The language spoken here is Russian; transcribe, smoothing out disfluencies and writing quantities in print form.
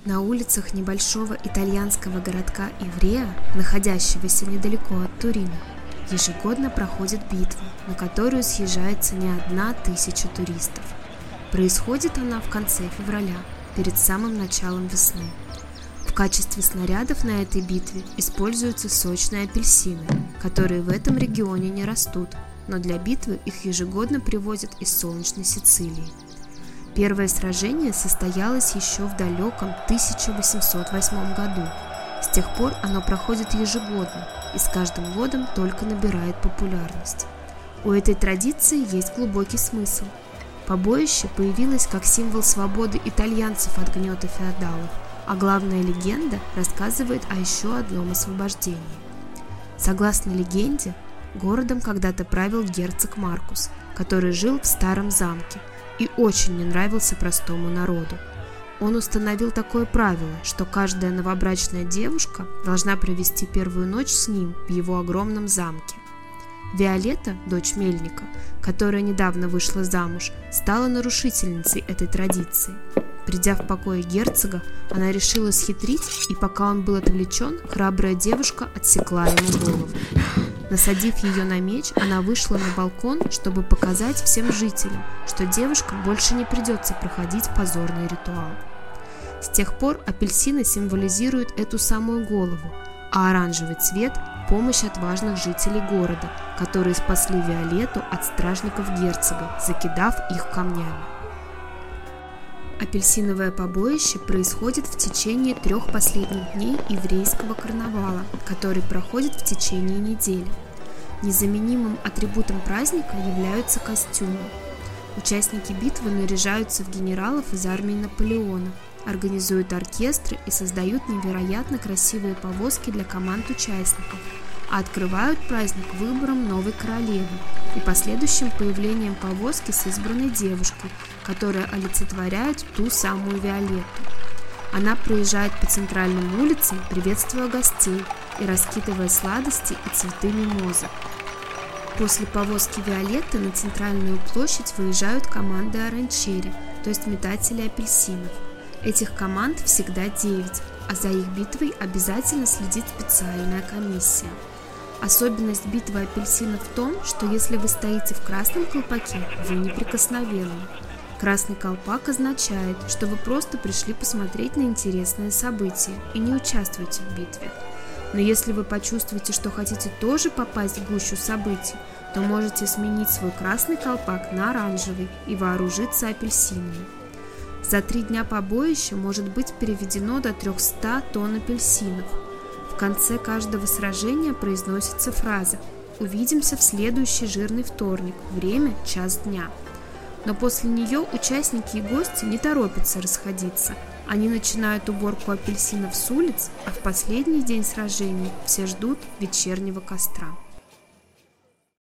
На улицах небольшого итальянского городка Ивреа, находящегося недалеко от Турина, ежегодно проходит битва, на которую съезжается не 1000 туристов. Происходит она в конце февраля, перед самым началом весны. В качестве снарядов на этой битве используются сочные апельсины, которые в этом регионе не растут, но для битвы их ежегодно привозят из солнечной Сицилии. Первое сражение состоялось еще в далеком 1808 году. С тех пор оно проходит ежегодно и с каждым годом только набирает популярность. У этой традиции есть глубокий смысл. Побоище появилось как символ свободы итальянцев от гнета феодалов, а главная легенда рассказывает о еще одном освобождении. Согласно легенде, городом когда-то правил герцог Маркус, который жил в старом замке и очень не нравился простому народу. Он установил такое правило, что каждая новобрачная девушка должна провести первую ночь с ним в его огромном замке. Виолетта, дочь мельника, которая недавно вышла замуж, стала нарушительницей этой традиции. Придя в покои герцога, она решила схитрить, и пока он был отвлечен, храбрая девушка отсекла ему голову. Насадив ее на меч, она вышла на балкон, чтобы показать всем жителям, что девушкам больше не придется проходить позорный ритуал. С тех пор апельсины символизируют эту самую голову, а оранжевый цвет – помощь отважных жителей города, которые спасли Виолетту от стражников герцога, закидав их камнями. Апельсиновое побоище происходит в течение 3 последних дней еврейского карнавала, который проходит в течение недели. Незаменимым атрибутом праздника являются костюмы. Участники битвы наряжаются в генералов из армии Наполеона, организуют оркестры и создают невероятно красивые повозки для команд участников, а открывают праздник выбором новой королевы и последующим появлением повозки с избранной девушкой, которая олицетворяет ту самую Виолетту. Она проезжает по центральным улицам, приветствуя гостей и раскидывая сладости и цветы мимозы. После повозки Виолетты на центральную площадь выезжают команды оранчери, то есть метатели апельсинов. Этих команд всегда 9, а за их битвой обязательно следит специальная комиссия. Особенность битвы апельсинов в том, что если вы стоите в красном колпаке, вы неприкосновенны. Красный колпак означает, что вы просто пришли посмотреть на интересное событие и не участвуете в битве. Но если вы почувствуете, что хотите тоже попасть в гущу событий, то можете сменить свой красный колпак на оранжевый и вооружиться апельсинами. За 3 дня побоища может быть переведено до 300 тонн апельсинов. В конце каждого сражения произносится фраза «Увидимся в следующий жирный вторник, время – час дня». Но после нее участники и гости не торопятся расходиться. Они начинают уборку апельсинов с улиц, а в последний день сражений все ждут вечернего костра.